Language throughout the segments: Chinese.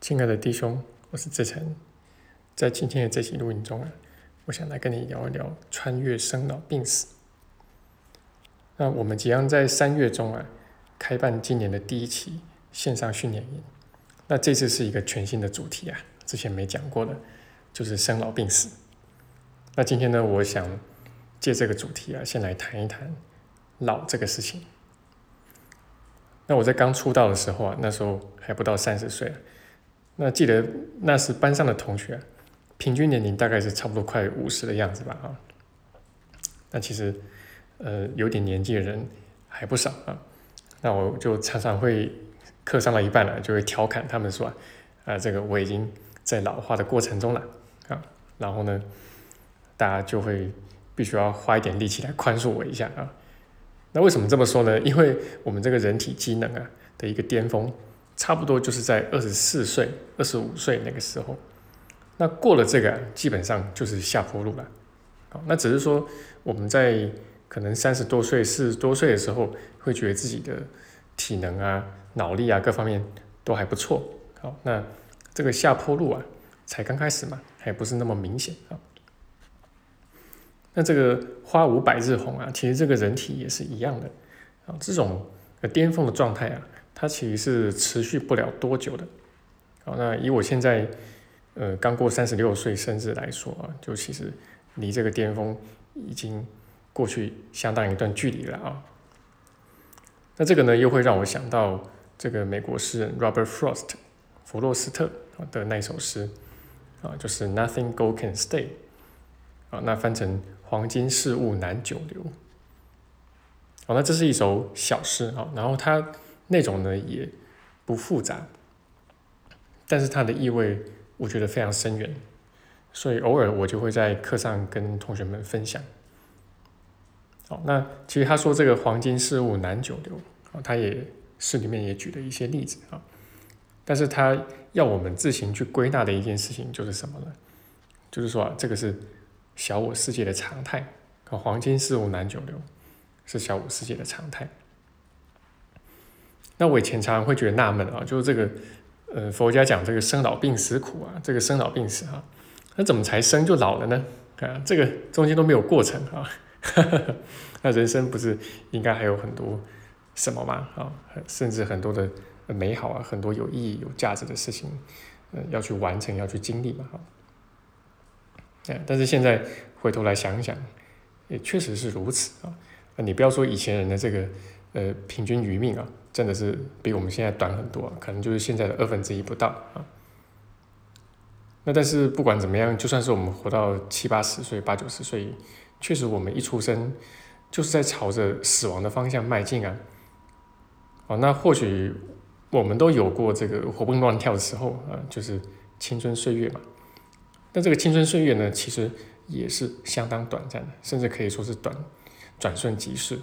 亲爱的弟兄，我是志成。在今天的这期录音中我想来跟你聊一聊穿越生老病死。那我们即将在3月中开办今年的第一期线上训练营。那这次是一个全新的主题之前没讲过的，就是生老病死。那今天呢，我想借这个主题先来谈一谈老这个事情。那我在刚出道的时候那时候还不到30岁那记得那时班上的同学平均年龄大概是差不多快50的样子吧那其实有点年纪的人还不少那我就常常会课上到一半就会调侃他们说这个我已经在老化的过程中了然后呢大家就会必须要花一点力气来宽恕我一下那为什么这么说呢？因为我们这个人体机能的一个巅峰差不多就是在24岁、25岁那个时候，那过了这个基本上就是下坡路了。那只是说我们在可能30多岁、40多岁的时候，会觉得自己的体能脑力各方面都还不错。好，那这个下坡路才刚开始嘛，还不是那么明显那这个花无百日红其实这个人体也是一样的这种巅峰的状态它其实是持续不了多久的那以我现在刚过36岁生日来说就其实离这个巅峰已经过去相当一段距离了那这个呢又会让我想到这个美国诗人 Robert Frost 弗洛斯特的那首诗就是 Nothing Gold Can Stay那翻成黄金事物难久留那这是一首小诗然后它内容呢也不复杂，但是它的意味我觉得非常深远，所以偶尔我就会在课上跟同学们分享那其实他说这个黄金事物难久留他也诗里面也举了一些例子但是他要我们自行去归纳的一件事情就是什么呢？就是说这个是小我世界的常态黄金事物难久留是小我世界的常态。那我以前常常会觉得纳闷就是这个佛家讲这个生老病死苦这个生老病死那怎么才生就老了呢？这个中间都没有过程那人生不是应该还有很多什么吗甚至很多的美好很多有意义有价值的事情要去完成要去经历嘛但是现在回头来想想也确实是如此你不要说以前人的这个平均余命真的是比我们现在短很多可能就是现在的1/2不到那但是不管怎么样，就算是我们活到70、80岁、80、90岁，确实我们一出生就是在朝着死亡的方向迈进那或许我们都有过这个活蹦乱跳的时候就是青春岁月嘛。但这个青春岁月呢，其实也是相当短暂的，甚至可以说是转瞬即逝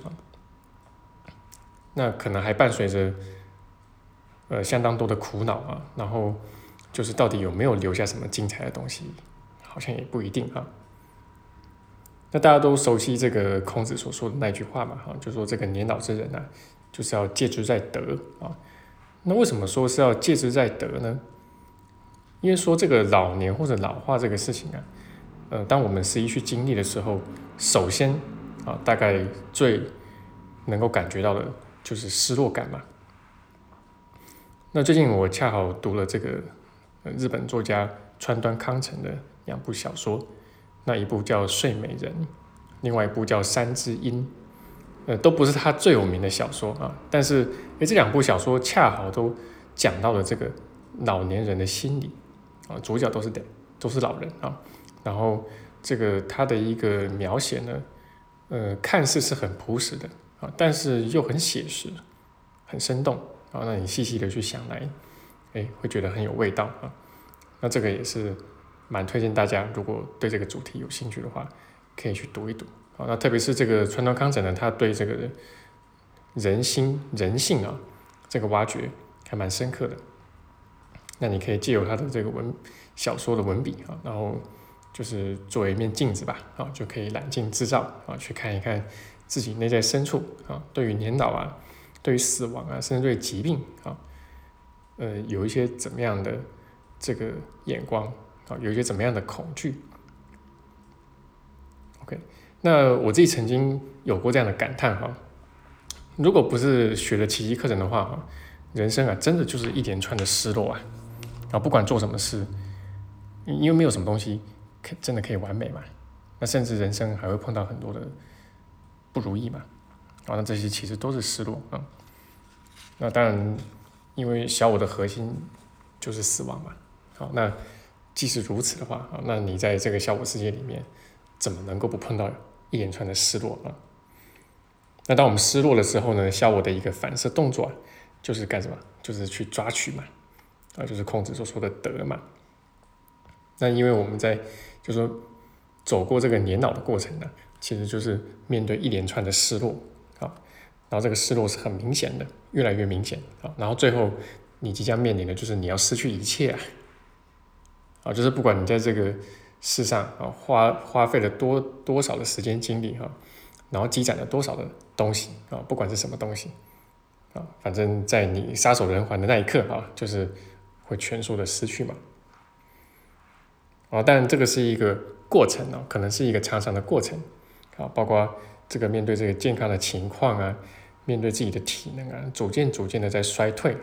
那可能还伴随着相当多的苦恼然后就是到底有没有留下什么精彩的东西，好像也不一定那大家都熟悉这个孔子所说的那句话嘛就说这个年老之人就是要戒之在德那为什么说是要戒之在德呢？因为说这个老年或者老化这个事情当我们实际去经历的时候，首先大概最能够感觉到的就是失落感嘛。那最近我恰好读了这个日本作家川端康成的2部小说，那一部叫《睡美人》，另外一部叫《山之阴》都不是他最有名的小说但是这2部小说恰好都讲到了这个老年人的心理主角都是老人然后这个他的一个描写呢看似是很朴实的但是又很写实很生动那你细细的去想来会觉得很有味道那这个也是蛮推荐大家，如果对这个主题有兴趣的话可以去读一读那特别是这个川端康成呢，他对这个人性这个挖掘还蛮深刻的。那你可以借由他的这个小说的文笔然后就是作为一面镜子吧就可以揽镜自照去看一看自己内在深处对于年老对于死亡甚至对疾病有一些怎么样的这个眼光有一些怎么样的恐惧。OK， 那我自己曾经有过这样的感叹如果不是学了奇迹课程的话人生真的就是一连串的失落不管做什么事，因为没有什么东西真的可以完美嘛，那甚至人生还会碰到很多的不如意嘛，那这些其实都是失落那当然，因为小我的核心就是死亡嘛，那即使如此的话那你在这个小我世界里面，怎么能够不碰到一连串的失落呢？那当我们失落的时候呢，小我的一个反射动作就是干什么？就是去抓取嘛，就是孔子所说的得嘛。那因为我们在就是说走过这个年老的过程呢，其实就是面对一连串的失落然后这个失落是很明显的，越来越明显然后最后你即将面临的就是你要失去一切就是不管你在这个世上花费了多少的时间精力然后积攒了多少的东西不管是什么东西反正在你撒手人寰的那一刻就是会全数的失去嘛。但这个是一个过程可能是一个长长的过程包括这个面对这个健康的情况面对自己的体能逐渐的在衰退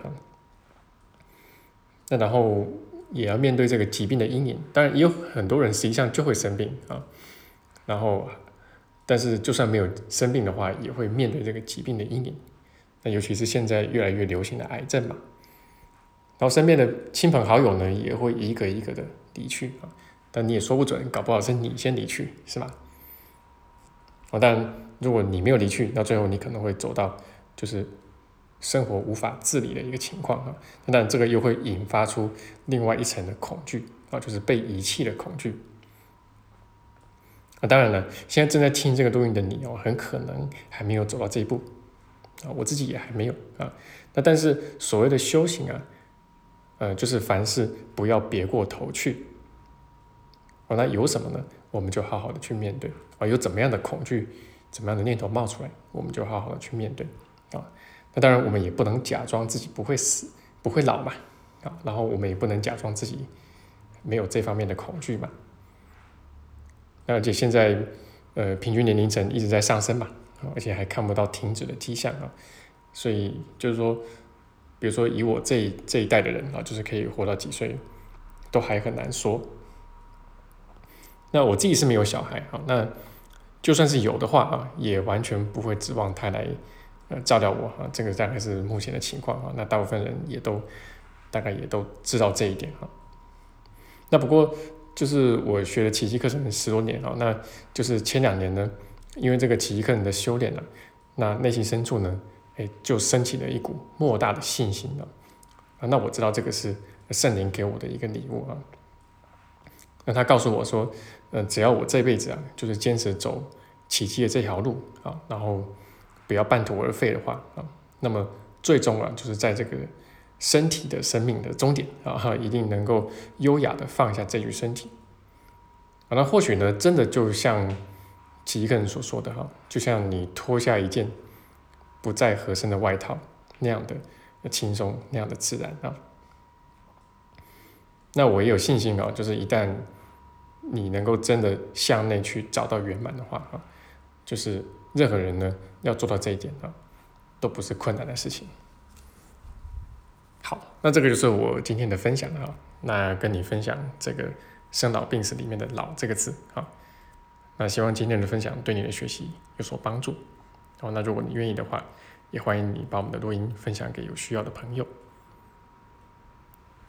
那然后也要面对这个疾病的阴影，当然也有很多人实际上就会生病然后但是就算没有生病的话，也会面对这个疾病的阴影。那尤其是现在越来越流行的癌症嘛，然后身边的亲朋好友呢，也会一个一个的离去但你也说不准，搞不好是你先离去，是吧？但如果你没有离去，到最后你可能会走到就是生活无法自理的一个情况那当然这个又会引发出另外一层的恐惧就是被遗弃的恐惧。当然了，现在正在听这个录音的你很可能还没有走到这一步我自己也还没有那但是所谓的修行就是凡事不要别过头去那有什么呢？我们就好好的去面对有怎么样的恐惧，怎么样的念头冒出来，我们就好好的去面对那当然我们也不能假装自己不会死不会老嘛然后我们也不能假装自己没有这方面的恐惧嘛。而且现在平均年龄层一直在上升嘛而且还看不到停止的迹象所以就是说比如说以我这一代的人就是可以活到几岁都还很难说。那我自己是没有小孩那就算是有的话也完全不会指望他来照料我这个大概是目前的情况那大部分人大概也都知道这一点那不过就是我学了奇迹课程10多年那就是前2年呢，因为这个奇迹课程的修炼那内心深处呢就升起了一股莫大的信心那我知道这个是圣灵给我的一个礼物那他告诉我说只要我这辈子就是坚持走奇迹的这条路然后不要半途而废的话那么最终就是在这个身体的生命的终点一定能够优雅的放下这具身体那或许呢真的就像奇迹课程所说的就像你脱下一件不再合身的外套那样的轻松，那样的自然那我也有信心就是一旦你能够真的向内去找到圆满的话就是任何人呢要做到这一点都不是困难的事情。好，那这个就是我今天的分享那跟你分享这个生老病死里面的老这个字那希望今天的分享对你的学习有所帮助那如果你愿意的话，也欢迎你把我们的录音分享给有需要的朋友。